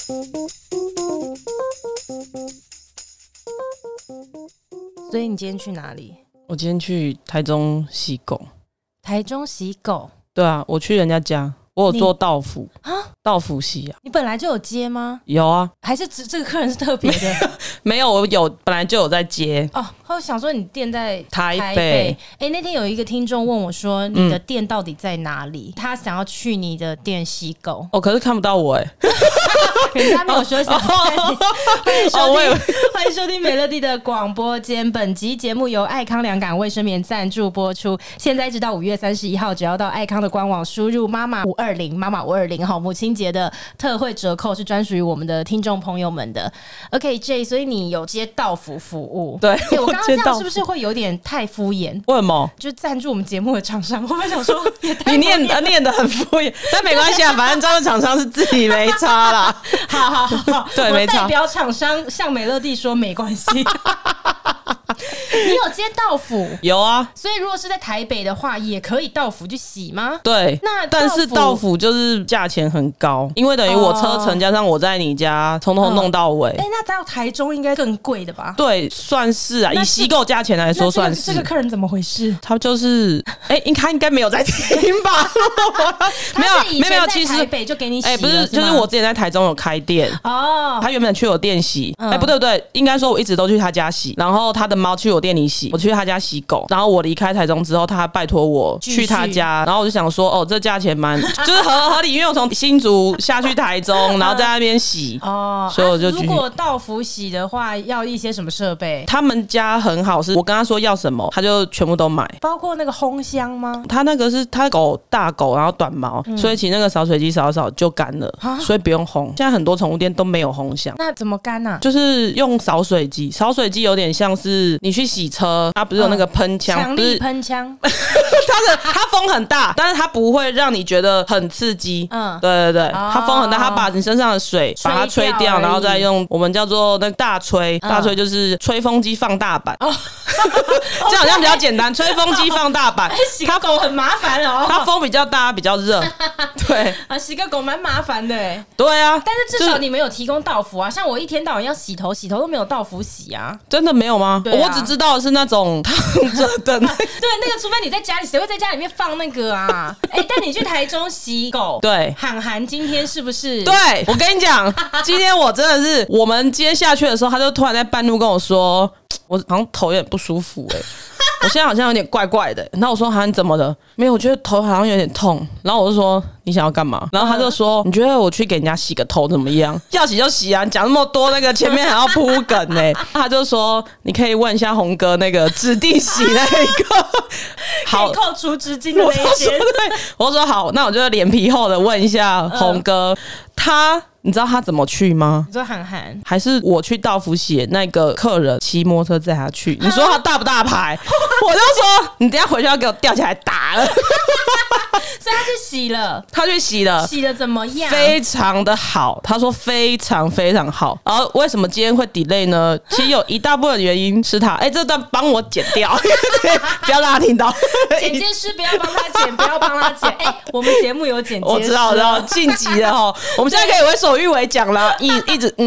所以你今天去哪里？ 我今天去台中洗狗。 台中洗狗？ 对啊，我去人家家，我有做到府啊，到府洗啊。 你本来就有接吗？ 有啊， 还是这个客人是特别的？ 没有，我有本来就有在接。 哦，我想说你店在台北。 那天有一个听众问我说，你的店到底在哪里？他想要去你的店洗狗。 哦，可是看不到我人家没有说想看你。欢迎收听美乐蒂的广播间。本集节目由爱康良感卫生棉赞助播出。现在直到5月31号，只要到爱康的官网输入妈妈520母亲节的特惠折扣是专属于我们的听众朋友们的。OK J， 所以你有接到府服务？ 对， 我刚刚这样是不是会有点太敷衍？ 为什么？ 就赞助我们节目的厂商，会不会想说你念得很敷衍？但没关系啊，反正赞助厂商是自己没差啦。 好， 对，没差。 我代表厂商向美乐蒂说没关系。你有接到府？ 有啊， 所以如果是在台北的话，也可以到府去洗吗？ 对， 那但是到府就是价钱很高，因为等于我车程加上我在你家从头弄到尾。 那到台中应该更贵的吧？ 对，算是啊，以洗狗价钱来说算是。 这个客人怎么回事？ 他就是他应该没有在听吧？没有，其实台北就给你洗了， 不是，就是我之前在台中有开店哦，他原本去我店洗，不对，应该说我一直都去他家洗，然后他的猫去我店里洗，我去他家洗狗，然后我离开台中之后，他还拜托我去他家，然后我就想说，这价钱就是合理，因为我从新竹下去台中，然后在那边洗所以我就如果到府洗的话，要一些什么设备？ 他们家很好，是我跟他说要什么，他就全部都买， 包括那个烘箱吗？ 他那个是他大狗，然后短毛，所以请那个扫水机扫就干了，所以不用烘。现在很多宠物店都没有烘箱， 那怎么干啊？ 就是用扫水机，扫水机有点像是你去洗车，它不是有那个喷枪， 强力喷枪， 它风很大，但是它不会让你觉得很刺激。对，它风很大，它把你身上的水把它吹掉，然后再用我们叫做那个大吹，大吹就是吹风机放大版。这样好像比较简单，吹风机放大版。 洗个狗很麻烦哦， 它风比较大，比较热。对啊，洗个狗蛮麻烦的哎。 对啊， 但是至少你没有提供到府啊，像我一天到晚要洗头都没有到府洗啊。 真的没有吗？我只知道的是那种躺着的。对，那个除非你在家里，谁会在家里面放那个啊？但你去台中洗狗， 对， 涵今天是不是？ 对，我跟你讲，今天我真的是，我们今天下去的时候，他就突然在半路跟我说，我好像头有点不舒服我现在好像有点怪怪的。然后我说你怎么了？没有，我觉得头好像有点痛。然后我就说你想要干嘛？然后他就说你觉得我去给人家洗个头怎么样？要洗就洗啊，你讲那么多，那个前面还要铺梗他就说你可以问一下洪哥那个指定洗那个好扣除纸巾的那一间。 我说好，那我就脸皮厚的问一下洪哥，你知道他怎么去吗？ 你说涵还是我去到府洗那个客人骑摩托车载他去？你说他大不大牌？我就说你等一下回去要给我吊起来打了。 所以他去洗了，洗的怎么样？ 非常的好，他说非常非常好。然后为什么今天会 delay 呢？其实有一大部分原因是他，这段帮我剪掉，不要让他听到。 剪接师不要帮他剪，不要帮他剪。我们节目有剪接师， 我知道，晋级了我们现在可以为所欲为讲了，一直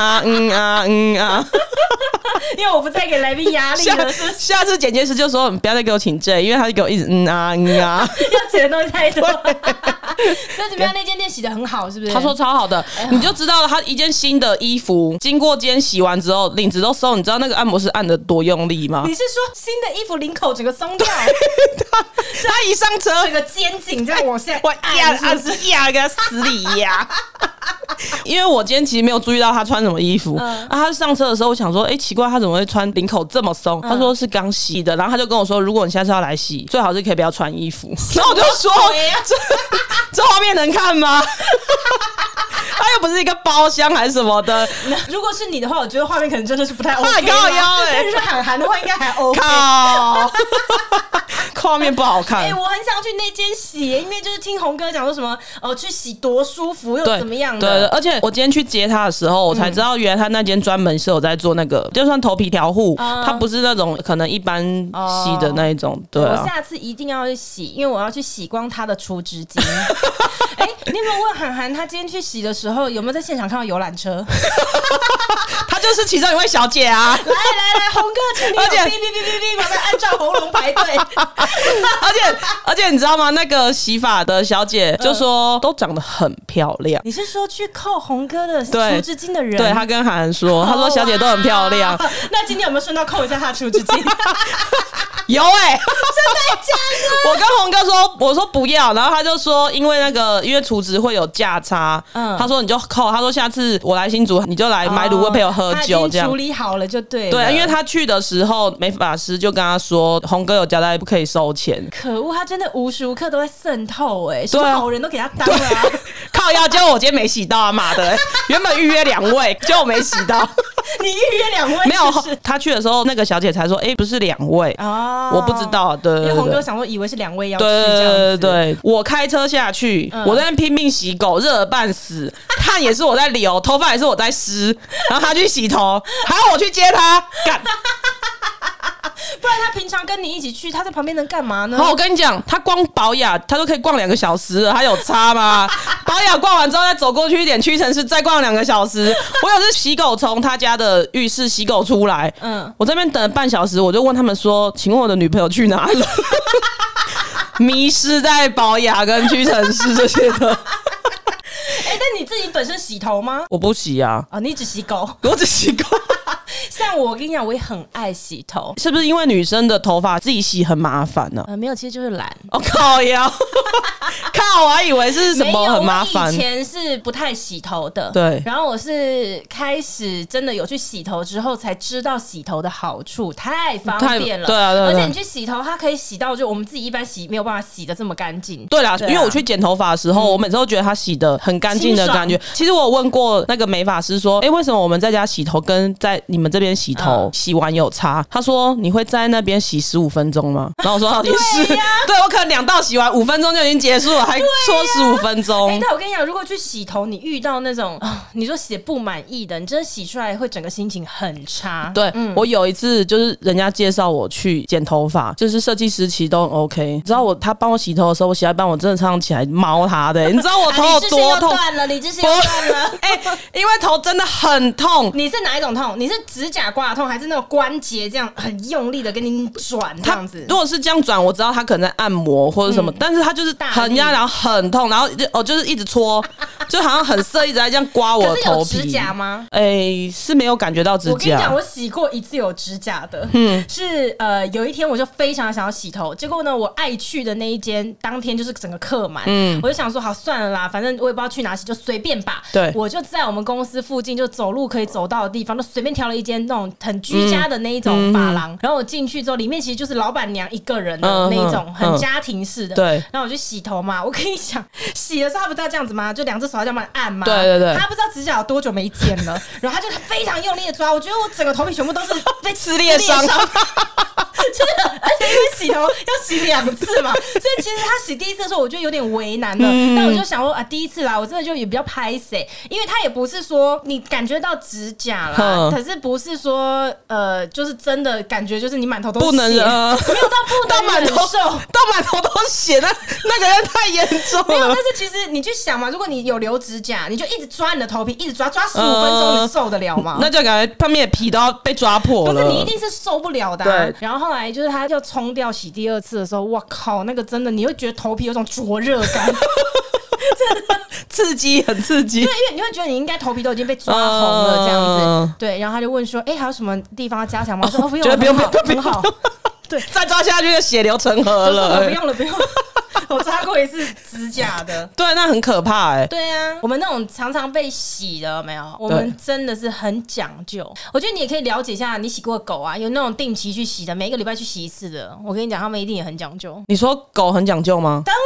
因为我不再给来宾压力了。 下次剪接师就说你不要再给我请罪，因为他就给我一直要剪的东西太多。所以怎么样？那间店洗的很好，是不是？ 他说超好的，你就知道他一件新的衣服经过今天洗完之后，领子都松。你知道那个按摩师按的多用力吗？ 你是说新的衣服领口整个松掉？ 他一上车， 这个肩颈这样往下压个死里压。因为我今天其实没有注意到他穿什么衣服他上车的时候我想说奇怪他怎么会穿领口这么松他说是刚洗的，然后他就跟我说如果你下次要来洗最好是可以不要穿衣服。然后我就说这画面能看吗？他又不是一个包厢还是什么的。 如果是你的话我觉得画面可能真的是不太 OK， 太高腰但是涵的话应该还 OK。 靠画面不好看。 我很想去那间洗，因为就是听洪哥讲说什么去洗多舒服又怎么样的。 对，而且我今天去接他的时候，我才知道原来他那间专门是有在做那个，就算头皮调护，他不是那种可能一般洗的那一种。对啊， 我下次一定要去洗，因为我要去洗光他的除脂巾。你有没有问涵涵，他今天去洗的时候有没有在现场看到游览车？ 他就是其中一位小姐啊！ 来，洪哥，请你有哔哔哔哔哔，马上按照喉咙排队。 而且你知道吗？那个洗发的小姐就说都长得很漂亮。 你是说去扣洪哥的除脂巾的人？ 对，他跟涵涵说，他说小姐都很漂亮。 那今天有没有顺道扣一下他的除脂巾？ 有真的假的？我跟洪哥说，我说不要，然后他就说，因为除脂会有价差，他说你就扣，他说下次我来新竹，你就来买卤味陪我喝酒，这样处理好了就对了。 对，因为他去的时候，美发师就跟他说，洪哥有交代不可以收钱。 可恶，他真的无时无刻都在渗透什么好人都给他当了啊！ 靠腰，结果我今天没洗到啊，妈的！原本预约2位，结果没洗到。 你预约2位？ 没有，他去的时候，那个小姐才说，不是2位我不知道。对， 因为洪哥想说以为是2位要去这样子。 对，我开车下去，我在那拼命洗狗，热得半死，汗也是我在流，头发也是我在湿，然后他去洗头，还要我去接他，干。 不然他平常跟你一起去，他在旁边能干嘛呢？ 好，我跟你讲，他光保养他都可以逛2个小时了，他有差吗？保养逛完之后再走过去一点屈臣氏，再逛2个小时。我有次洗狗从他家的浴室洗狗出来，我这边等了半小时，我就问他们说：“请问我的女朋友去哪了？”迷失在保养跟屈臣氏这些的。 但你自己本身洗头吗？ 我不洗啊。 你只洗狗？ 我只洗狗。 像我跟你讲，我也很爱洗头。 是不是因为女生的头发自己洗很麻烦呢？ 没有，其实就是懒。 靠腰，靠，我还以为是什么很麻烦。 我以前是不太洗头的， 对。 然后我是开始真的有去洗头之后，才知道洗头的好处，太方便了。 对啊， 而且你去洗头，它可以洗到就我们自己一般洗没有办法洗的这么干净。 对啦，因为我去剪头发的时候，我每次都觉得它洗的很干净的感觉。其实我有问过那个美发师说，为什么我们在家洗头跟在你们这边洗头洗完有差？他说你会在那边洗15分钟吗？然后我说也是，对我可能2道洗完5分钟就已经结束了，还说15分钟。 但我跟你讲，如果去洗头，你遇到那种你说洗不满意的，你真的洗出来会整个心情很差。 对，我有一次就是人家介绍我去剪头发，就是设计师其实都很 OK。你知道他帮我洗头的时候，我洗到一半我真的常常起来毛他的。你知道我头有多痛？ 理智线又断了。 因为头真的很痛。 你是哪一种痛？你是指甲刮的痛，还是那种关节这样很用力的跟你转这样子？ 如果是这样转，我知道他可能在按摩或者什么，但是他就是很压，然后很痛，然后就是一直搓，就好像很涩，一直在这样刮我的头皮。 可是有指甲吗？ 是没有感觉到指甲。 我跟你讲，我洗过一次有指甲的，是有一天我就非常想要洗头，结果呢，我爱去的那一间当天就是整个客满，我就想说好算了啦，反正我也不知道去哪洗，就随便吧。 对， 我就在我们公司附近就走路可以走到的地方，就随便挑了一间那种很居家的那一种发廊，然后我进去之后，里面其实就是老板娘一个人的那一种很家庭式的。 对， 然后我就洗头嘛，我跟你讲，洗的时候他不知道这样子吗？就2只手要这样按嘛。 对，他不知道指甲有多久没剪了，然后他就非常用力的抓，我觉得我整个头皮全部都是被撕裂伤。 真的，而且因为洗头要洗2次嘛，所以其实他洗第一次的时候，我觉得有点为难了。但我就想说第一次来，我真的就也比较拍谁，因为他也不是说你感觉到指甲啦，可是不是说就是真的感觉就是你满头都是血， 不能没有到不能忍受， 到满头都血，那个人太严重了。 没有，但是其实你去想嘛，如果你有留指甲，你就一直抓你的头皮，一直抓15分钟，你受得了吗？ 那就感觉上面的皮都要被抓破了。 不是，你一定是受不了的。对，然后后来就是他要冲掉洗第2次的时候，哇靠，那个真的你会觉得头皮有种灼热感。真的刺激，很刺激。 对，因为你会觉得你应该头皮都已经被抓红了这样子。对，然后他就问说：“还有什么地方要加强吗？”我说：“不用， 不用， 很好。”对， 再抓下去就血流成河了。 不用了。我抓过一次指甲的， 对，那很可怕对啊，我们那种常常被洗的，有没有？我们真的是很讲究。我觉得你也可以了解一下，你洗过狗啊，有那种定期去洗的，每一个礼拜去洗1次的。我跟你讲，他们一定也很讲究。 你说狗很讲究吗？ 当然啦，因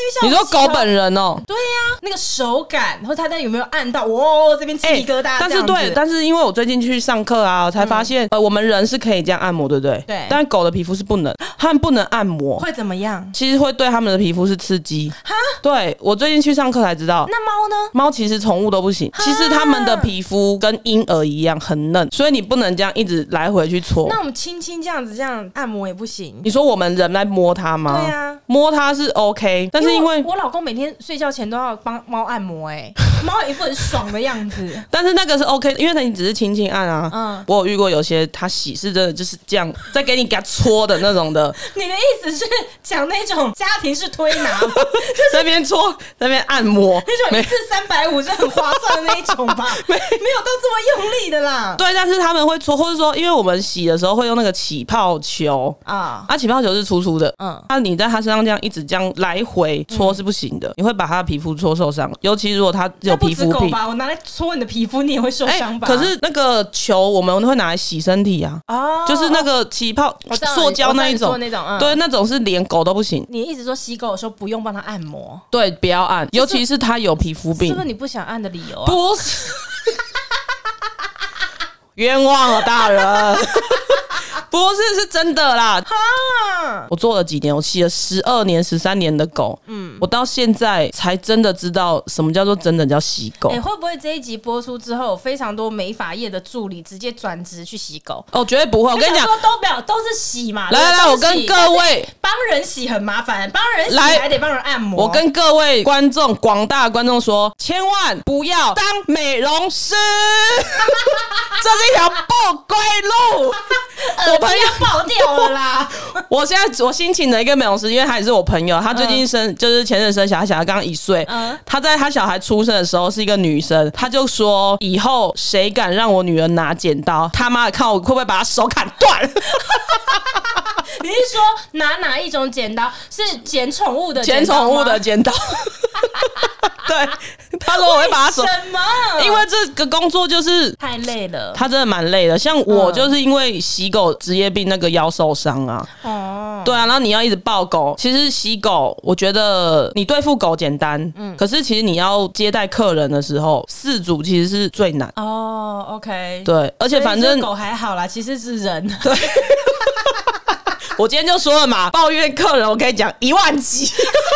像你说狗本人哦？ 对呀，那个手感，然后它有没有按到？这边鸡皮疙瘩。 但是因为我最近去上课啊，我才发现，我们人是可以这样按摩，对不对？ 对。 但狗的皮肤是不能，他们不能按摩， 会怎么样？ 其实会对他们的皮肤是刺激。哈？对，我最近去上课才知道。 那猫呢？ 猫其实宠物都不行，其实他们的皮肤跟婴儿一样很嫩，所以你不能这样一直来回去搓。 那我们轻轻这样子按摩也不行。 你说我们人来摸它吗？ 对啊， 摸它是 OK， 但是因为我老公每天睡觉前都要帮猫按摩，猫一副很爽的样子。 但是那个是 OK， 因为你只是轻轻按啊。我有遇过有些他洗是真的就是这样，再给他搓的那种的。 你的意思是讲那种家庭式推拿吗？ 在那边搓，在那边按摩， 那种一次350是很划算的那一种吧？没有到这么用力的啦。 对，但是他们会搓，或者说，因为我们洗的时候会用那个起泡球起泡球是粗粗的，你在他身上这样一直这样来回搓是不行的，你会把他的皮肤搓受伤，尤其如果他有皮肤病吧，我拿来搓你的皮肤，你也会受伤吧？ 可是那个球我们会拿来洗身体啊，就是那个起泡塑胶那一种，对，那种是连狗都不行。 你一直说洗狗的时候不用帮他按摩， 对，不要按，尤其是他有皮肤病， 是不是你不想按的理由啊？ 不是，冤枉了大人。不是，是真的啦。我做了几年，我骑了12年、13年的狗，我到现在才真的知道什么叫做真的叫洗狗。 会不会这一集播出之后，非常多美发业的助理直接转职去洗狗？ 绝对不会。我跟你讲， 都是洗嘛。 来，我跟各位帮人洗很麻烦，帮人洗还得帮人按摩。 我跟各位观众、广大的观众说，千万不要当美容师，这是一条不归路。 我朋友爆掉了啦！ 我新请了一个美容师，因为他也是我朋友，他最近就是前阵生小孩，小孩刚刚1岁，他在他小孩出生的时候是一个女生，他就说以后谁敢让我女儿拿剪刀，他妈的看我会不会把他手砍断。 你是说拿哪一种剪刀？是剪宠物的剪宠物的剪刀？对，他说我会把他手， 什么？ 因为这个工作就是太累了， 他真的蛮累的。像我就是因为洗狗职业病，那个腰受伤啊。对啊，然后你要一直抱狗。其实洗狗，我觉得你对付狗简单，可是其实你要接待客人的时候，饲主其实是最难。 OK， 对，而且反正狗还好啦，其实是人。 对。我今天就说了嘛，抱怨客人我可以讲1万集。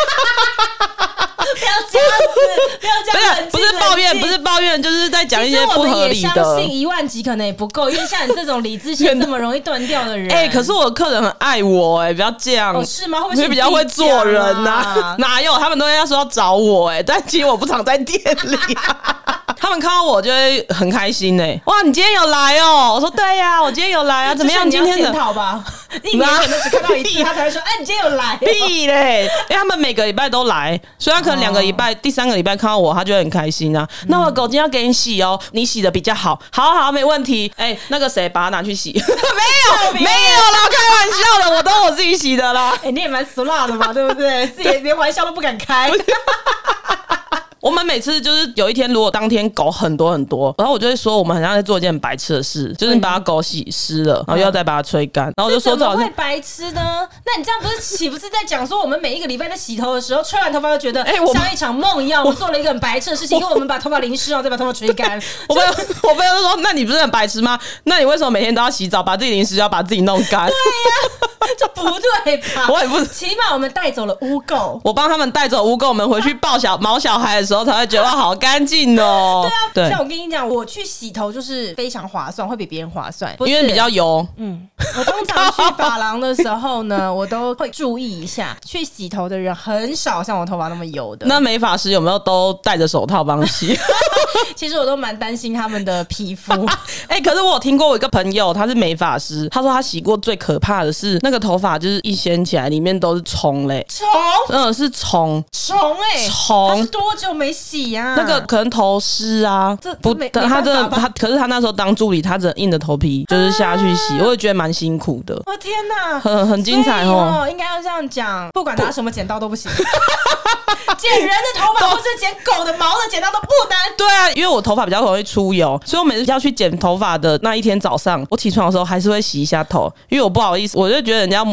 不要这样子，不要这样子， 不是抱怨，就是在讲一些不合理的。 其实我们也相信1万集可能也不够，因为像你这种理智线这么容易断掉的人， 可是我的客人很爱我，不要这样。 是吗？会不会比较会做人啊？哪有？他们都要说要找我，但其实我不常在店里。他们看到我就会很开心哇，你今天有来哦？我说对呀，我今天有来啊，怎么样？今天的检讨吧，一年可能只看到1次，他才会说，你今天有来。 屁嘞！因为他们每个礼拜都来，所以他可能2个礼拜，第3个礼拜看到我，他就会很开心啊。那我的狗今天要给你洗哦，你洗的比较好，好，没问题。那个谁把它拿去洗？没有啦，开玩笑的，我都我自己洗的啦。 你也蛮俗辣的嘛，对不对？自己连玩笑都不敢开。 我们每次就是有一天，如果当天狗很多，然后我就会说，我们好像在做一件很白痴的事，就是你把它狗洗湿了，然后又要再把它吹干，然后我就说怎么会白痴呢？那你这样岂不是在讲说，我们每一个礼拜在洗头的时候，吹完头发就觉得像一场梦一样，我们做了一个很白痴的事情，因为我们把头发淋湿，然后再把头发吹干。 我朋友就说，那你不是很白痴吗？那你为什么每天都要洗澡，把自己淋湿，要把自己弄干？ 对呀，这不对吧？ 我也不， 起码我们带走了污垢， 我帮他们带走污垢，我们回去抱毛小孩的时候才会觉得哇，好干净哦。 对啊，像我跟你讲，我去洗头就是非常划算，会比别人划算， 因为比较油。 我通常去发廊的时候呢，我都会注意一下，去洗头的人很少像我头发那么油的。 那美发师有没有都戴着手套帮洗？ 其实我都蛮担心他们的皮肤。 可是我有听过我一个朋友，他是美发师，他说他洗过最可怕的是那个头发就是一掀起来里面都是虫嘞，是虫， 他是多久没洗呀？ 那个可能头湿啊，他真的可是他那时候当助理，他真的硬着头皮就是下去洗，我也觉得蛮辛苦的。 我天哪， 很精彩哦！ 应该要这样讲，不管拿什么剪刀都不行，剪人的头发或是剪狗的毛的剪刀都不能。 对啊，因为我头发比较容易出油，所以我每次要去剪头发的那一天早上，我起床的时候还是会洗一下头，因为我不好意思，我就觉得人家摸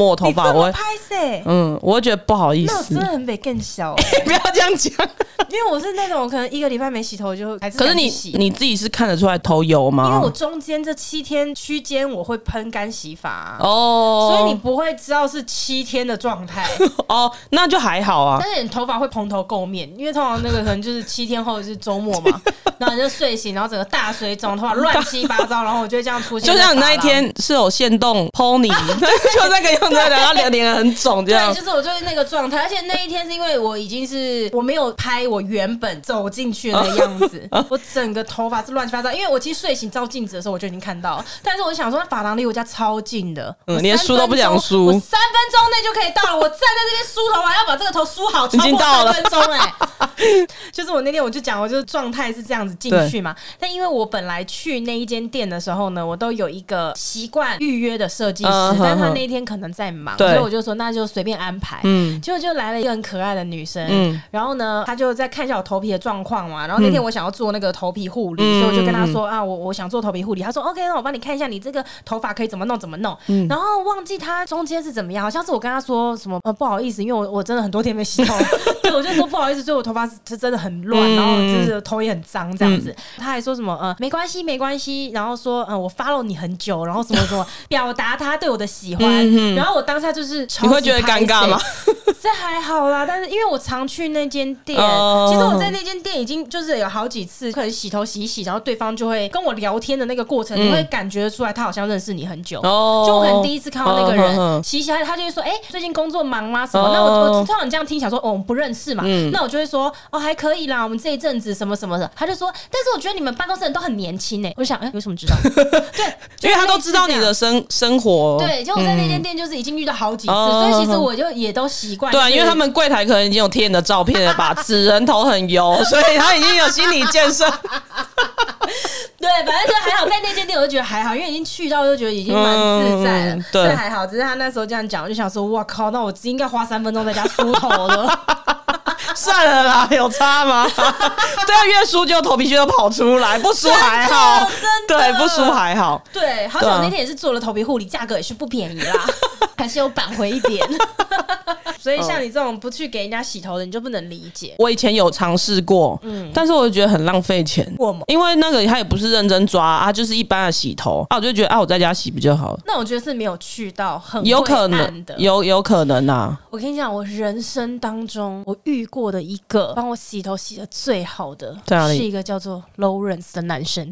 我头发，我会拍谁？ 我会觉得不好意思。 那我真的很北更小不要这样讲， 因为我是那种可能1个礼拜没洗头就还是可是你自己是看得出来头油吗？ 因为我中间这7天区间我会喷干洗发所以你不会知道是7天的状态那就还好啊。 但是你头发会蓬头垢面，因为通常那个可能就是7天后是周末嘛，然后你就睡醒，然后整个大水肿，头发乱七八糟，然后我就会这样出现。 就像你那一天是有限动 pony， 就那个样子，然后脸很肿这样。 对，就是我就是那个状态，而且那一天是因为我已经是我没有拍我原本走进去的那个样子，我整个头发是乱七八糟。因为我其实睡醒照镜子的时候我就已经看到了，但是我想说发廊离我家超近的， 连梳都不想梳， 我3分钟内就可以到了。我站在这边梳头发，要把这个头梳好，超过3分钟就是我那天我就讲，我就状态是这样子进去嘛。但因为我本来去那一间店的时候呢，我都有一个习惯预约的设计师，但他那一天可能在忙，所以我就说那就随便安排。结果就来了一个很可爱的女生，然后呢，她就在看一下我头皮的状况嘛。然后那天我想要做那个头皮护理，所以我就跟她说啊，我想做头皮护理。她说 OK， 那我帮你看一下你这个头发可以怎么弄怎么弄。然后忘记她中间是怎么样，好像是我跟她说什么不好意思，因为我真的很多天没洗头，对，我就说不好意思，所以我头发是真的很乱，然后就是头也很脏这样子。她还说什么没关系没关系，然后说我 follow 你很久，然后什么什么表达她对我的喜欢。然后我当下就是超级你会觉得尴尬吗？ 这还好啦，但是因为我常去那间店，其实我在那间店已经就是有好几次，可能洗头洗一洗，然后对方就会跟我聊天的那个过程，你会感觉出来他好像认识你很久。就我可能第一次看到那个人洗洗他就会说最近工作忙吗什么？那我通常这样听想说我们不认识嘛，那我就会说还可以啦，我们这一阵子什么什么的。他就说但是我觉得你们办公室人都很年轻我就想为什么知道？对， 因为他都知道你的生活。 对，就我在那间店就是已经遇到好几次，所以其实我就也都习惯。 对，因为他们柜台可能已经有贴你的照片了吧，此人头很油，所以他已经有心理建设。 对，反正就还好，在那间店我就觉得还好，因为已经去到就觉得已经蛮自在了，所以还好。只是他那时候这样讲，我就想说，哇靠，那我应该花3分钟在家梳头了。 算了啦，有差吗？对啊，越梳就头皮屑都跑出来，不梳还好， 真的， 对，不梳还好。 对，好像我那天也是做了头皮护理，价格也是不便宜啦，还是有扳回一点。所以像你这种不去给人家洗头的，你就不能理解。 我以前有尝试过，但是我就觉得很浪费钱。因为那个他也不是认真抓他就是一般的洗头我就觉得我在家洗不就好了。 那我觉得是没有去到很有可能的，有可能啊。 我跟你讲，我人生当中我遇过的一个帮我洗头洗的最好的，是一个叫做 Lawrence 的男生。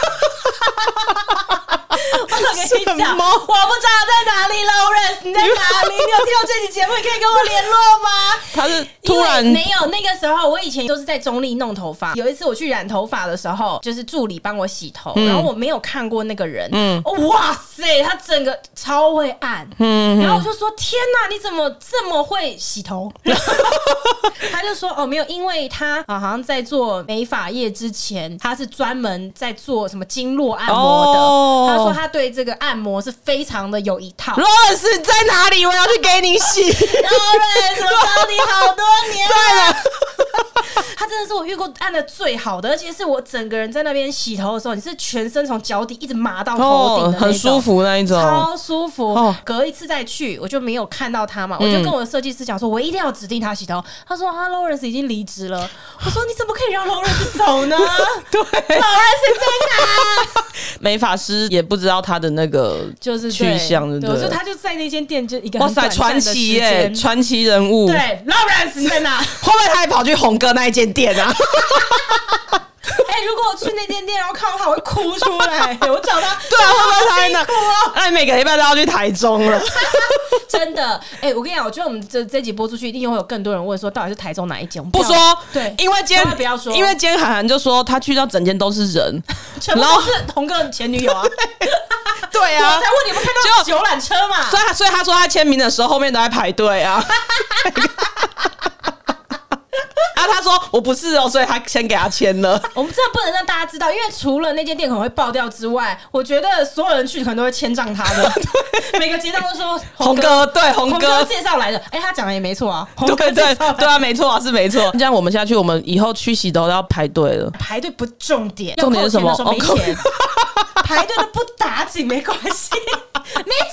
我跟你讲，我不知道在哪里 ，Lawrence， 你在哪里？你有听到这期节目，你可以跟我联络吗？ 他是突然没有，那个时候我以前都是在中立弄头发。有一次我去染头发的时候，就是助理帮我洗头，然后我没有看过那个人，哇塞，他整个超会按，然后我就说天哪，你怎么这么会洗头？他就说没有，因为他好像在做美发业之前，他是专门在做什么经络按摩的。他说他对这个按摩是非常的有一套。 Lawrence 在哪里？我要去给你洗。 Lawrence， 我找你好多年了。 他真的是我遇过按的最好的，而且是我整个人在那边洗头的时候，你是全身从脚底一直麻到头顶的那种， 很舒服那一种， 超舒服。隔一次再去，我就没有看到他嘛，我就跟我的设计师讲说，我一定要指定他洗头。他说Lawrence 已经离职了。我说你怎么可以让 Lawrence 走呢？ 对 ，Lawrence 在哪？ 美发师也不知道他的那个就是去向，对不对？ 就他就在那间店就一个哇塞，传奇耶，传奇人物。 对 ，Lawrence 你在哪？ 会不会他还跑去红哥那一间店啊？ 如果我去那间店，然后看到他，我会哭出来。我找他， 对啊，会不会他在那？那每个礼拜都要去台中了。 真的，我跟你讲，我觉得我们这集播出去，一定会有更多人问说，到底是台中哪一间？ 不说， 对， 因为今天不要说， 因为今天涵涵就说他去到整间都是人， 全部都是红哥前女友啊。 对啊， 我才问你们看到游览车嘛？ 所以他说他签名的时候，后面都在排队啊。他说我不是所以他先给他签了。 我们真的不能让大家知道，因为除了那间店可能会爆掉之外，我觉得所有人去可能都会签账他的。每个结账都说红哥，对，红哥介绍来的。他讲的也没错啊， 对啊，没错啊，是没错。这样我们下去，我们以后去洗头都要排队了。 排队不重点， 重点是什么？ 没钱。排队都不打紧没关系，没钱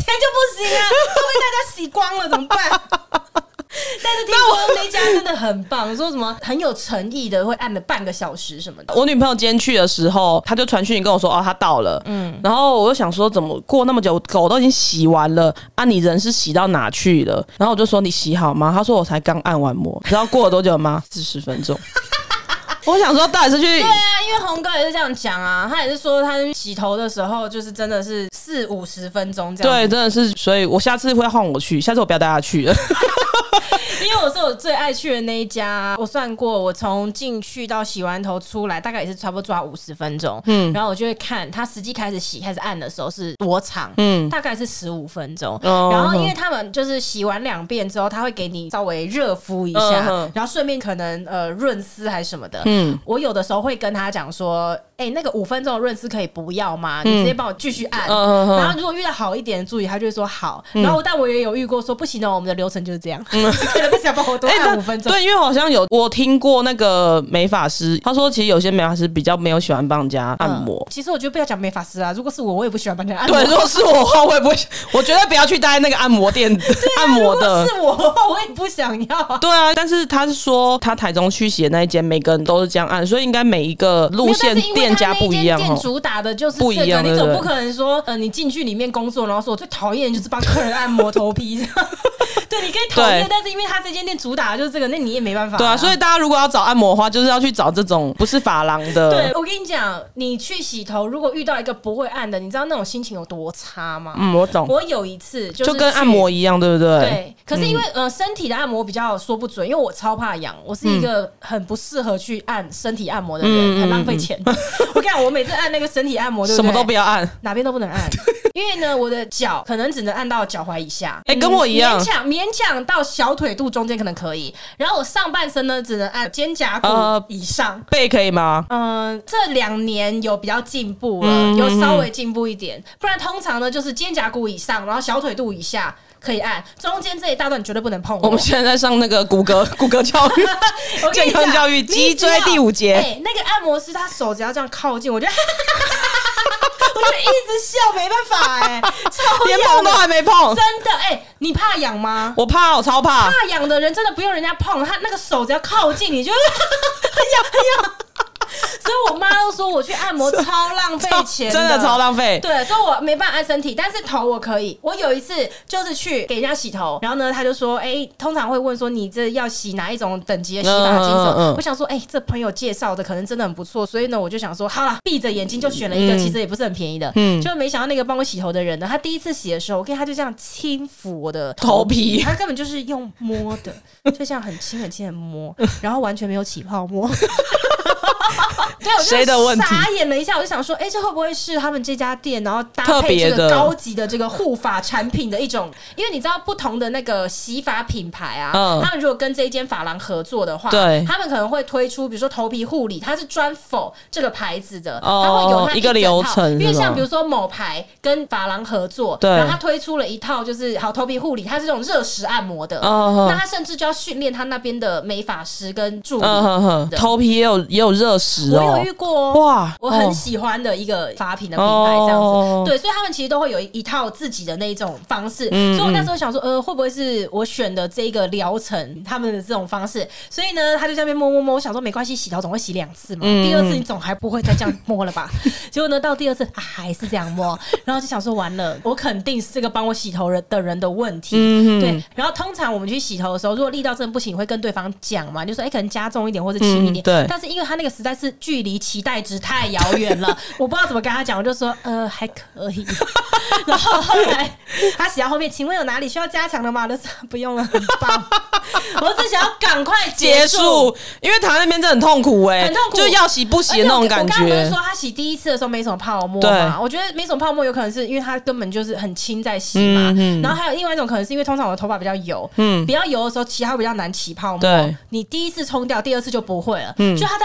钱就不行啊，都被大家洗光了怎么办？但是听说那家真的很棒，说什么很有诚意的，会按了半个小时什么的。 我女朋友今天去的时候，她就传讯跟我说，哦，她到了。然后我就想说，怎么过那么久，狗都已经洗完了啊？你人是洗到哪去了？然后我就说你洗好吗？她说我才刚按完摩，你知道过了多久吗？40分钟。我想说，到底是去对啊，因为红哥也是这样讲啊，他也是说他洗头的时候就是真的是40-50分钟这样。 对，真的是，所以我下次会换我去，下次我不要带他去了。 因为我是我最爱去的那一家，我算过，我从进去到洗完头出来，大概也是差不多抓50分钟。然后我就会看他实际开始洗、开始按的时候是多长，大概是15分钟。然后因为他们就是洗完2遍之后，他会给你稍微热敷一下，然后顺便可能润丝还是什么的。我有的时候会跟他讲说，那个5分钟的润丝可以不要吗？你直接帮我继续按。然后如果遇到好一点的助理，他就会说好。然后但我也有遇过说不行的，我们的流程就是这样。可能不想帮我多按5分钟。 对，因为好像我听过那个美发师，他说其实有些美发师比较没有喜欢帮人家按摩。 其实我觉得不要讲美发师啊，如果是我也不喜欢帮人家按摩。 对，如果是我的话，我也不会，我绝对不要去待那个按摩店按摩的。 如果是我的话，我也不想要啊。 对啊，但是他是说他台中去洗的那一间，每个人都是这样按，所以应该每一个路线店家不一样。 店主打的就是不一样， 你总不可能说你进去里面工作，然后说我最讨厌就是帮客人按摩头皮这样。对，你可以讨厌，但是因为他这间店主打的就是这个，那你也没办法。 对啊，所以大家如果要找按摩的话，就是要去找这种不是发廊的。 对，我跟你讲，你去洗头，如果遇到一个不会按的，你知道那种心情有多差吗？ 我懂。 我有一次就跟按摩一样，对不对？ 对。可是因为身体的按摩比较说不准，因为我超怕痒，我是一个很不适合去按身体按摩的人，很浪费钱。我跟你讲，我每次按那个身体按摩，对不对？ 什么都不要按， 哪边都不能按，因为呢，我的脚可能只能按到脚踝以下。 跟我一样， 勉强到小腿肚中间可能可以，然后我上半身呢只能按肩胛骨以上。 背可以吗？ 这2年有比较进步了，有稍微进步一点，不然通常呢就是肩胛骨以上，然后小腿肚以下可以按，中间这一大段你绝对不能碰。 我们现在在上那个骨骼教育健康教育脊椎第5节。 那个按摩师他手只要这样靠近，我就我就一直笑，没办法超连碰都还没碰， 真的你怕痒吗？ 我怕，我超怕。 怕痒的人真的不用人家碰，他那个手只要靠近你就很痒。所以我妈都说我去按摩超浪费钱的， 真的超浪费。 对，所以我没办法按身体，但是头我可以。我有一次就是去给人家洗头，然后呢他就说通常会问说你这要洗哪一种等级的洗发精神。我想说这朋友介绍的可能真的很不错，所以呢我就想说好了，闭着眼睛就选了一个其实也不是很便宜的。就没想到那个帮我洗头的人呢，他第一次洗的时候，我跟他就这样轻抚我的头皮，他根本就是用摸的，就这样很轻很轻的摸，然后完全没有起泡沫。对，我就傻眼了一下，我就想说，这会不会是他们这家店，然后搭配这个高级的这个护发产品的一种？因为你知道不同的那个洗发品牌啊，他们如果跟这一间发廊合作的话， 对， 他们可能会推出，比如说头皮护理，它是专否这个牌子的，它会有它一个流程。 因为像比如说某牌跟发廊合作，然后他推出了一套就是好头皮护理，它是这种热石按摩的，那他甚至就要训练他那边的美发师跟助理， 头皮也有热石我有遇过哇，我很喜欢的一个发品的品牌这样子，对，所以他们其实都会有一套自己的那一种方式，所以我那时候想说，会不会是我选的这个疗程他们的这种方式？所以呢，他就在那边摸，我想说没关系，洗头总会洗2次嘛，第2次你总还不会再这样摸了吧？结果呢，到第2次还是这样摸，然后就想说完了，我肯定是这个帮我洗头的人的问题，对。然后通常我们去洗头的时候，如果力道真的不行，会跟对方讲嘛，就说可能加重一点或者轻一点， 对。 但是因为他那个实在是距离期待值太遥远了，我不知道怎么跟他讲，我就说还可以。然后后来他洗到后面，请问有哪里需要加强的吗？就说不用了，很棒。我只想要赶快结束， 因为躺在那边真的很痛苦很痛苦，就要洗不洗的那种感觉。 我刚刚不是说他洗第1次的时候没什么泡沫吗？我觉得没什么泡沫，有可能是因为他根本就是很轻在洗嘛。然后还有另外一种可能是因为通常我的头发比较油，比较油的时候，其他比较难起泡沫。对，你第1次冲掉，第2次就不会了。就他到第2次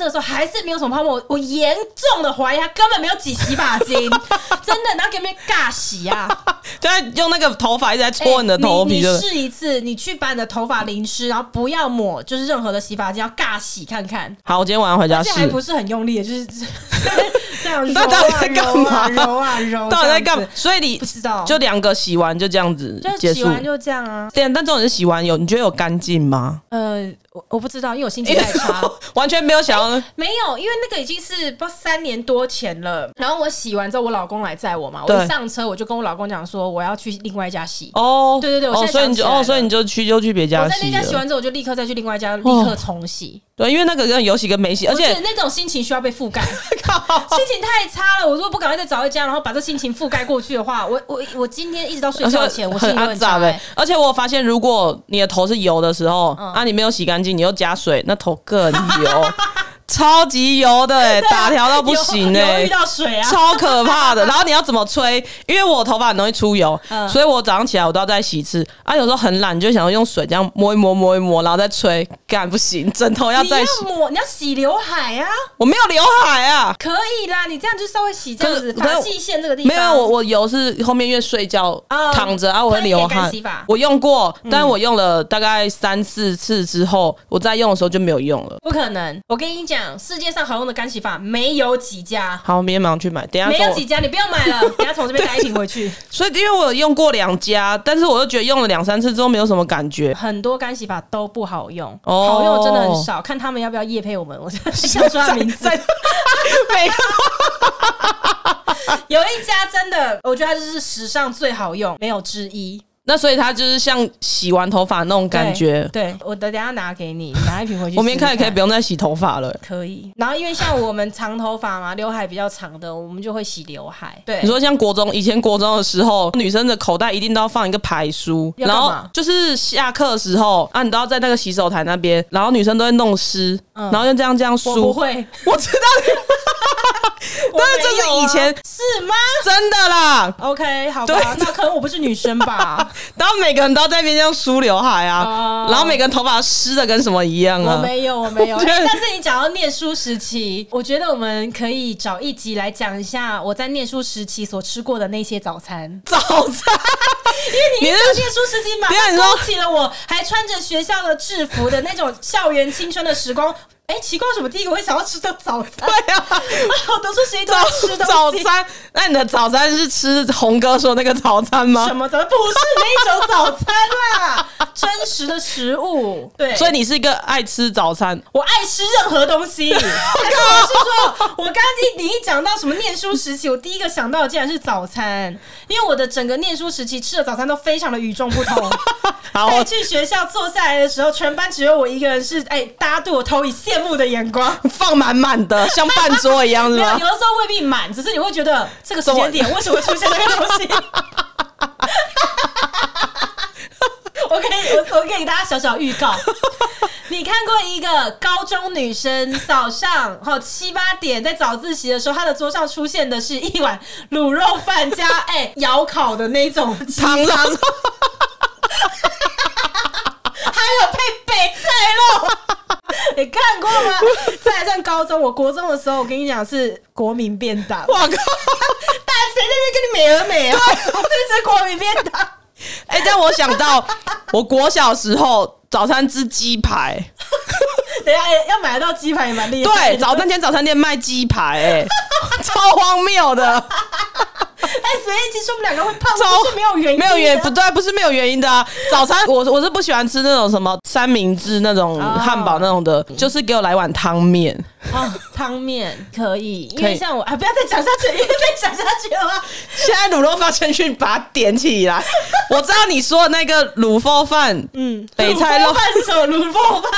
次的时候还是没有什么泡沫，我严重的怀疑他根本没有挤洗发精，真的，然后给别人尬洗啊， 就在用那个头发一直在搓你的头皮。 你试一次，你去把你的头发淋湿，然后不要抹，就是任何的洗发精，要尬洗看看。 好，我今天晚上回家试， 而且还不是很用力的，就是这样揉到底在干嘛？ 揉啊揉， 到底在干嘛？所以你不知道， 就2个洗完就这样子结束， 就洗完就这样啊。 对，但重点是洗完你觉得有干净吗？ 我不知道，因为我心情太差， 完全没有想要、 没有，因为那个已经是不知道3年多前了。然后我洗完之后，我老公来载我嘛，我一上车我就跟我老公讲说我要去另外一家洗。 哦， 对对对，我现在想起来了， 所以你就去别家洗了。 我在那家洗完之后，我就立刻再去另外一家，立刻重洗。 对，因为那个跟有洗跟没洗，而且那种心情需要被覆盖，心情太差了。我如果不赶快再找一家，然后把这心情覆盖过去的话，我今天一直到睡觉前，我心情很差。 而且我发现，如果你的头是油的时候，你没有洗干净，你又加水，那头更油。超级油的打条到不行油遇到水啊， 超可怕的。然后你要怎么吹？因为我头发很容易出油，所以我早上起来我都要再洗一次啊。有时候很懒，就想要用水这样摸一摸，然后再吹，干不行，枕头要再洗。 你要洗刘海啊？ 我没有刘海啊。 可以啦，你这样就稍微洗这样子，发际线这个地方。 没有，我油是后面因为睡觉躺着啊，我会流汗。我用过，但是我用了大概3-4次之后，我再用的时候就没有用了。 不可能，我跟你讲，世界上好用的干洗法没有几家。 好，我明天马上去买。等一下没有几家，你不用买了，等一下从这边带一瓶回去。 所以因为我有用过2家，但是我又觉得用了2-3次之后没有什么感觉。 很多干洗法都不好用，好用的真的很少。看他们要不要业配我们，我想说他名字。 每个有一家真的，我觉得它就是史上最好用，没有之一。 那所以它就是像洗完头发那种感觉。 对，我等一下拿给你，拿一瓶回去试试看。 我明天开始可以不用再洗头发了。 可以。然后因为像我们长头发嘛，刘海比较长的，我们就会洗刘海。对， 你说像以前国中的时候，女生的口袋一定都要放一个排书，然后就是下课的时候啊，你都要在那个洗手台那边，然后女生都会弄湿，然后就这样梳。 我不会， 我知道你。但是这是以前是吗？ 真的啦。 OK， 好吧，那可能我不是女生吧。 然后每个人都在那边这样梳刘海啊，然后每个人头发湿的跟什么一样啊。 我没有。但是你讲到念书时期，我觉得我们可以找一集来讲一下我在念书时期所吃过的那些早餐。因为你念书时期马上勾起了我还穿着学校的制服的那种校园青春的时光。奇怪，为什么第一个会想要吃的早餐？ 对啊， 我读书时期都要吃东西。 早餐？那你的早餐是吃红哥说那个早餐吗？ 什么早餐？不是那种早餐啦，真实的食物。对， 所以你是一个爱吃早餐。 我爱吃任何东西。但是我是说，我刚刚你一讲到什么念书时期，我第一个想到的竟然是早餐，因为我的整个念书时期吃的早餐都非常的与众不同。带去学校坐下来的时候，全班只有我一个人是大家对我投以羡慕的眼光， 放满满的，像饭桌一样，是吗？ 有的时候未必满，只是你会觉得这个时间点为什么会出现这个东西？我可以给大家小小预告。你看过一个高中女生早上7-8点在早自习的时候，她的桌上出现的是一碗卤肉饭加窑烤的那种汤， 还有配北菜肉。你看过吗？这还算高中，我国中的时候，我跟你讲是国民便当。我靠！但谁在那跟你美而美啊？我这是国民便当。 但我想到我国小时候早餐吃鸡排。 等一下要买得到鸡排也蛮厉害的。 对，早餐店卖鸡排，超荒谬的。 所以其实我们两个会胖，不是没有原因的。没有原因，不对，不是没有原因的啊。早餐我是不喜欢吃那种什么三明治那种汉堡那种的，就是给我来碗汤面。 汤面可以，因为像我不要再讲下去，因为再讲下去的话， 现在卤肉饭先去把它点起来。我知道你说的那个卤肉饭，北菜肉饭是什么？卤肉饭。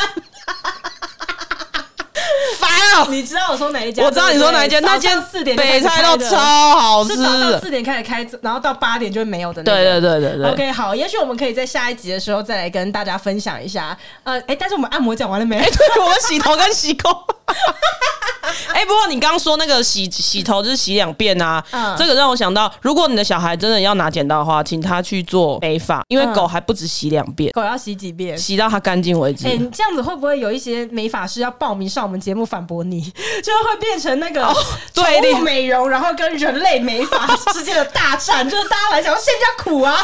烦哦！ 你知道我说哪一家？ 我知道你说哪一间，那间北菜肉超好吃， 是早上4点开始开，然后到8点就会没有的那个。 对。 OK， 好，也许我们可以在下一集的时候再来跟大家分享一下。但是我们按摩讲完了没？ 对，我们洗头跟洗口。 不过你刚刚说那个洗头就是洗2遍啊，这个让我想到，如果你的小孩真的要拿剪刀的话，请他去做美发，因为狗还不止洗2遍， 狗要洗几遍？ 洗到它干净为止。 你这样子会不会有一些美发师要报名上我们节目反驳你？就会变成那个宠物美容，然后跟人类美发之间的大战，就是大家来讲现在苦啊。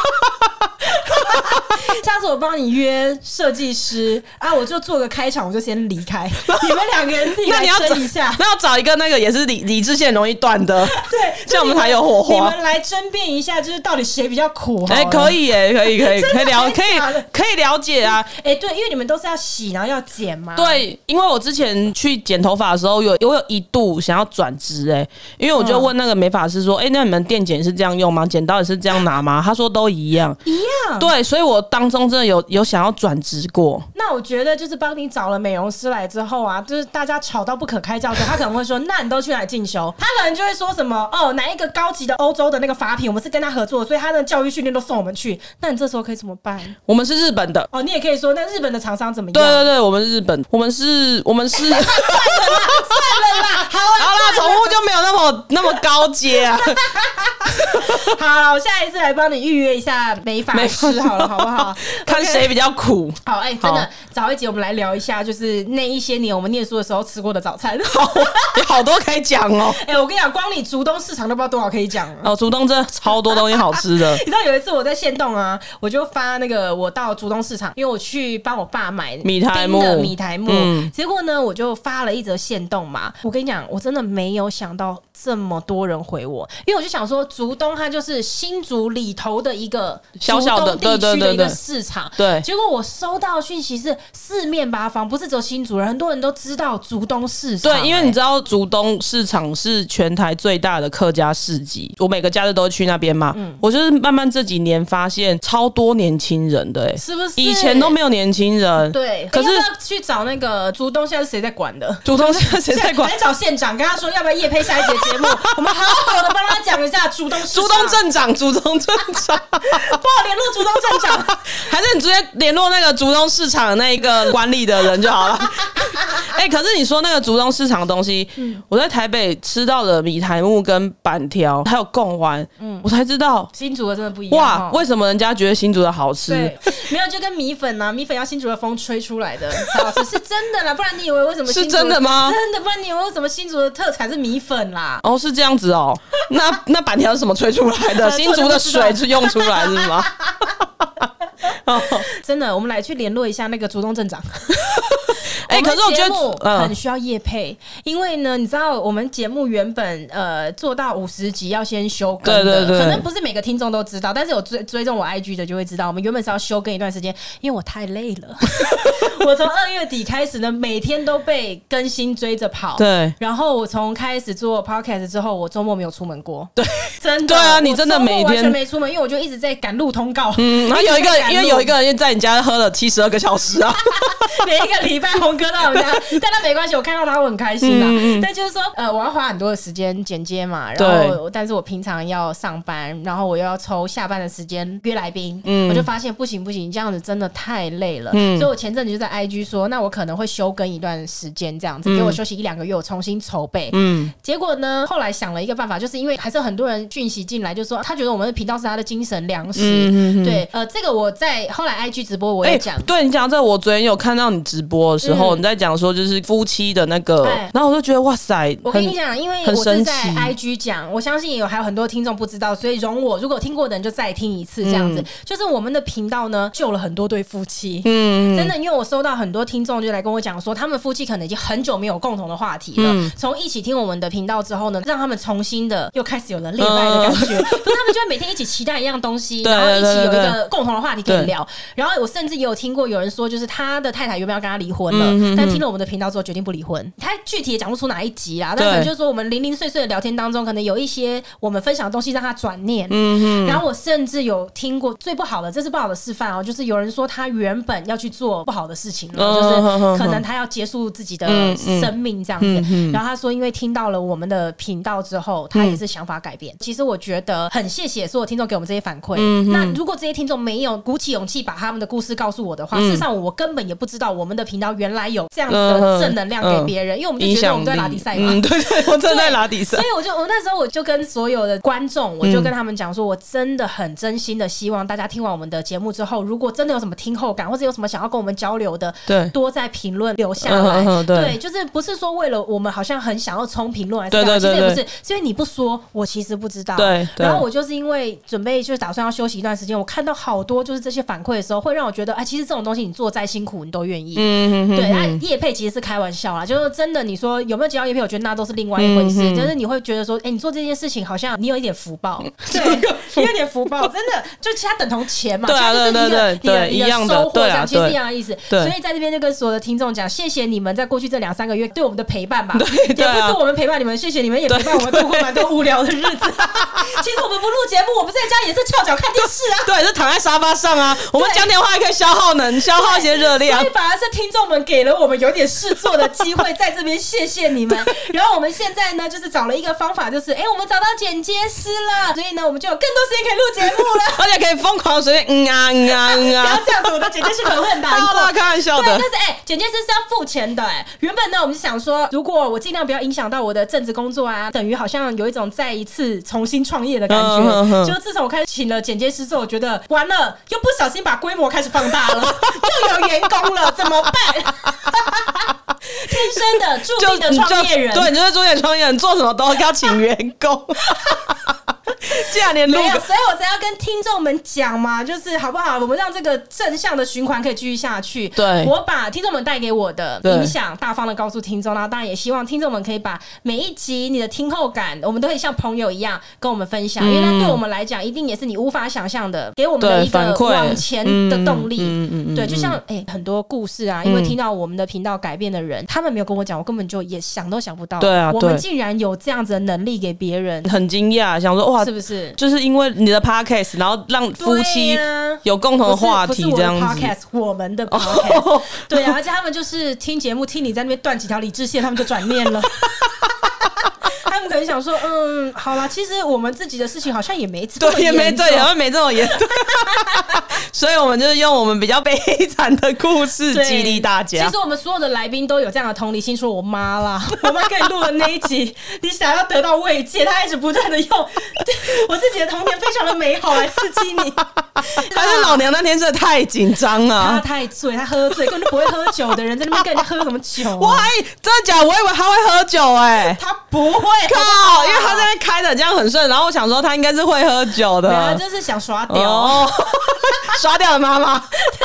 下次我帮你约设计师啊，我就做个开场，我就先离开，你们2个人自己来争一下。 那要找一个那个也是理智线容易断的， 对， 这样我们才有火花。 你们来争辩一下，就是到底谁比较苦？ 可以耶，可以了解啊。 对，因为你们都是要洗，然后要剪嘛。 对，因为我之前去剪头发的时候，我有一度想要转职，因为我就问那个美发师说，那你们电剪是这样用吗？剪刀也是这样拿吗？他说都一样。对，所以我当中真的有想要转职过。 那我觉得就是帮你找了美容师来之后啊，就是大家吵到不可开交之后，他可能会说，那你都去哪里进修？他可能就会说什么哪一个高级的欧洲的那个发品，我们是跟他合作，所以他的教育训练都送我们去。那你这时候可以怎么办？ 我们是日本的你也可以说，那日本的厂商怎么样？ 对，我们是日本，我们是算了啦，好啦，宠物就没有那么高阶啊。 好，我下一次来帮你预约一下美发师好了，好不好？ 看谁比较苦。 好，真的早一集我们来聊一下，就是那一些年我们念书的时候吃过的早餐。 有好多可以讲哦。 我跟你讲，光你竹东市场都不知道多少可以讲了。 竹东真的超多东西好吃的。 你知道有一次我在限动啊，我就发那个我到竹东市场，因为我去帮我爸买米苔目， 结果呢我就发了一则限动嘛。我跟你讲，我真的没有想到这么多人回我，因为我就想说竹东它就是新竹里头的一个小小的地区的一个市场， 对。 结果我收到的讯息是四面八方，不是只有新竹人，很多人都知道竹东市场。 对，因为你知道竹东市场是全台最大的客家市集，我每个假日都会去那边嘛。我就是慢慢这几年发现超多年轻人的， 是不是？ 以前都没有年轻人。 对，可是要不要去找那个竹东现在是谁在管的？ 竹东现在谁在管？ 来找县长，跟他说要不要业配下一节节目，我们好好的帮他讲一下竹东市场。 竹东镇长， 不好联络竹东镇长， 还是你直接联络那个竹东市场那一个管理的人就好了。可是你说那个竹东市场的东西，我在台北吃到了米苔目跟板条，还有贡丸，我才知道新竹的真的不一样。 哇，为什么人家觉得新竹的好吃？ 对，没有就跟米粉啊，米粉要新竹的风吹出来的才好吃，是真的啦，不然你以为为什么是真的吗？ 真的，不然你以为为什么新竹的特产是米粉啦？ 是这样子哦。那板条是什么吹出来的？新竹的水是用出来是吗？ 真的，我们来去联络一下那个竹东镇长。 可是我觉得很需要业配，因为呢，你知道我们节目原本做到50集要先休更的， 对， 可能不是每个听众都知道，但是有追踪我 IG 的就会知道，我们原本是要休更一段时间，因为我太累了。我从2月底开始呢，每天都被更新追着跑， 对。 然后我从开始做 podcast 之后，我周末没有出门过， 对， 真的。 对啊，你真的每天完全没出门，因为我就一直在赶路通告。 然后因为有一个人在你家喝了72个小时啊， 每一个礼拜红哥到我家，但他没关系，我看到他我很开心啦。但就是说，我要花很多的时间剪接嘛，然后但是我平常要上班，然后我又要抽下班的时间约来宾，我就发现不行，这样子真的太累了。所以我前阵子就在 IG 说，那我可能会休更一段时间，这样子给我休息1-2个月，我重新筹备。结果呢，后来想了一个办法，就是因为还是有很多人讯息进来，就说他觉得我们的频道是他的精神粮食。对，这个我在后来 IG 直播我也讲， 对你讲这个，我昨天有看到你直播的时候，你在讲说就是夫妻的那个，然后我就觉得哇塞， 我跟你讲，因为我是在 IG 讲，我相信还有很多听众不知道，所以容我如果听过的人就再听一次这样子。就是我们的频道呢救了很多对夫妻，真的，因为我收到很多听众就来跟我讲说，他们夫妻可能已经很久没有共同的话题了，从一起听我们的频道之后呢，让他们重新的又开始有了恋爱的感觉，所以他们就会每天一起期待一样东西，然后一起有一个共同的话题可以聊。然后我甚至也有听过有人说，就是他的太太原本要跟他离婚了，但听了我们的频道之后决定不离婚。他具体也讲不出哪一集啦，但可能就是说我们零零碎碎的聊天当中，可能有一些我们分享的东西让他转念。然后我甚至有听过最不好的，这是不好的示范哦，就是有人说他原本要去做不好的事情了，就是可能他要结束自己的生命这样子。然后他说，因为听到了我们的频道之后，他也是想法改变。其实我觉得很谢谢所有听众给我们这些反馈。那如果这些听众没有鼓起勇气把他们的故事告诉我的话，事实上我根本也不知道我们的频道原来有这样子的正能量给别人，因为我们就觉得我们在拉迪赛嘛， 对，我真的在拉迪赛， 所以我那时候我就跟所有的观众，我就跟他们讲说，我真的很真心的希望大家听完我们的节目之后，如果真的有什么听后感，或者有什么想要跟我们交流的，对，多在评论留下来，对，就是不是说为了我们好像很想要冲评论，对，其实也不是，是因为你不说，我其实不知道，对，然后我就是因为准备就是打算要休息一段时间，我看到好多就是这些反馈的时候，会让我觉得，哎，其实这种东西你做再辛苦你都愿意，对，那业配其实是开玩笑啦，就是真的，你说有没有接到业配，我觉得那都是另外一回事，就是你会觉得说，哎，你做这件事情好像你有一点福报，对，你有点福报，真的，就其他等同钱嘛，对啊，对一样的收获，这样其实一样的意思，所以在这边就跟所有的听众讲，谢谢你们在过去这2-3个月对我们的陪伴吧，也不是我们陪伴你们，谢谢你们也陪伴我们度过蛮多无聊的日子。其实我们不录节目，我们在家也是翘脚看电视啊， 对，是躺在沙发上啊，我们讲点话还可以消耗能，消耗一些热量， 所以反而是听众们给了我们有点事做的机会，在这边谢谢你们。然后我们现在呢，就是找了一个方法，就是我们找到剪接师了，所以呢，我们就有更多时间可以录节目了， 而且可以疯狂随便不要这样子，我的剪接师可能会很难过， 开玩笑的。 对，但是剪接师是要付钱的原本呢，我们是想说，如果我尽量不要影响到我的正职工作啊，等于好像有一种再一次重新创业的感觉。就自从我开始请了剪接师之后，我觉得完了，又不小心把规模开始放大了，又有员工了，怎么办？天生的注定的创业人， 对，你就是注定的创业人，做什么都要请员工。竟然连录， 所以我才要跟听众们讲嘛，就是好不好？我们让这个正向的循环可以继续下去。 对， 我把听众们带给我的影响大方的告诉听众，然后当然也希望听众们可以把每一集你的听后感，我们都可以像朋友一样跟我们分享，因为那对我们来讲，一定也是你无法想象的，给我们的一个往前的动力。对，就像很多故事啊，因为听到我们的频道改变的人，他们没有跟我讲，我根本就也想都想不到。 对啊， 我们竟然有这样子的能力给别人， 很惊讶，想说哇， 是不是？ 就是因为你的 podcast， 然后让夫妻有共同的话题，这样子。 我们的 podcast， 对啊，而且他们就是听节目，听你在那边断几条理智线，他们就转念了。他们可能想说，好啦，其实我们自己的事情好像也没这么严重， 也没这么严重，所以我们就是用我们比较悲惨的故事激励大家。 其实我们所有的来宾都有这样的同理心，说我妈啦，我妈跟你录的那一集，你想要得到慰藉，她一直不断的用我自己的童年非常的美好来刺激你。 但是老娘那天真的太紧张了， 她太醉，她喝醉，根本就不会喝酒的人在那边跟人家喝什么酒我还真的假的？我以为她会喝酒她不会。 靠！因为他在那边开的这样很顺，然后我想说他应该是会喝酒的， 没有，就是想耍屌， 耍屌的妈妈。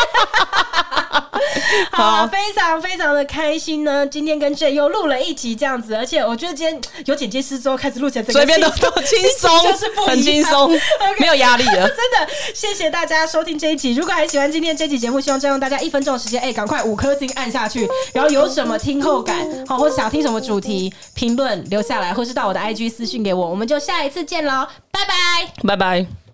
好，非常非常的开心呢！今天跟 J 又录了一集这样子，而且我觉得今天有剪接师之后开始录起来， 随便都轻松，就是很轻松，没有压力了。 真的，谢谢大家收听这一集。如果还喜欢今天这集节目，希望占用大家1分钟的时间，赶快5颗星按下去。然后有什么听后感，好，或者想听什么主题，评论留下来，或是到我的 IG 私讯给我。我们就下一次见喽，拜拜， 拜拜。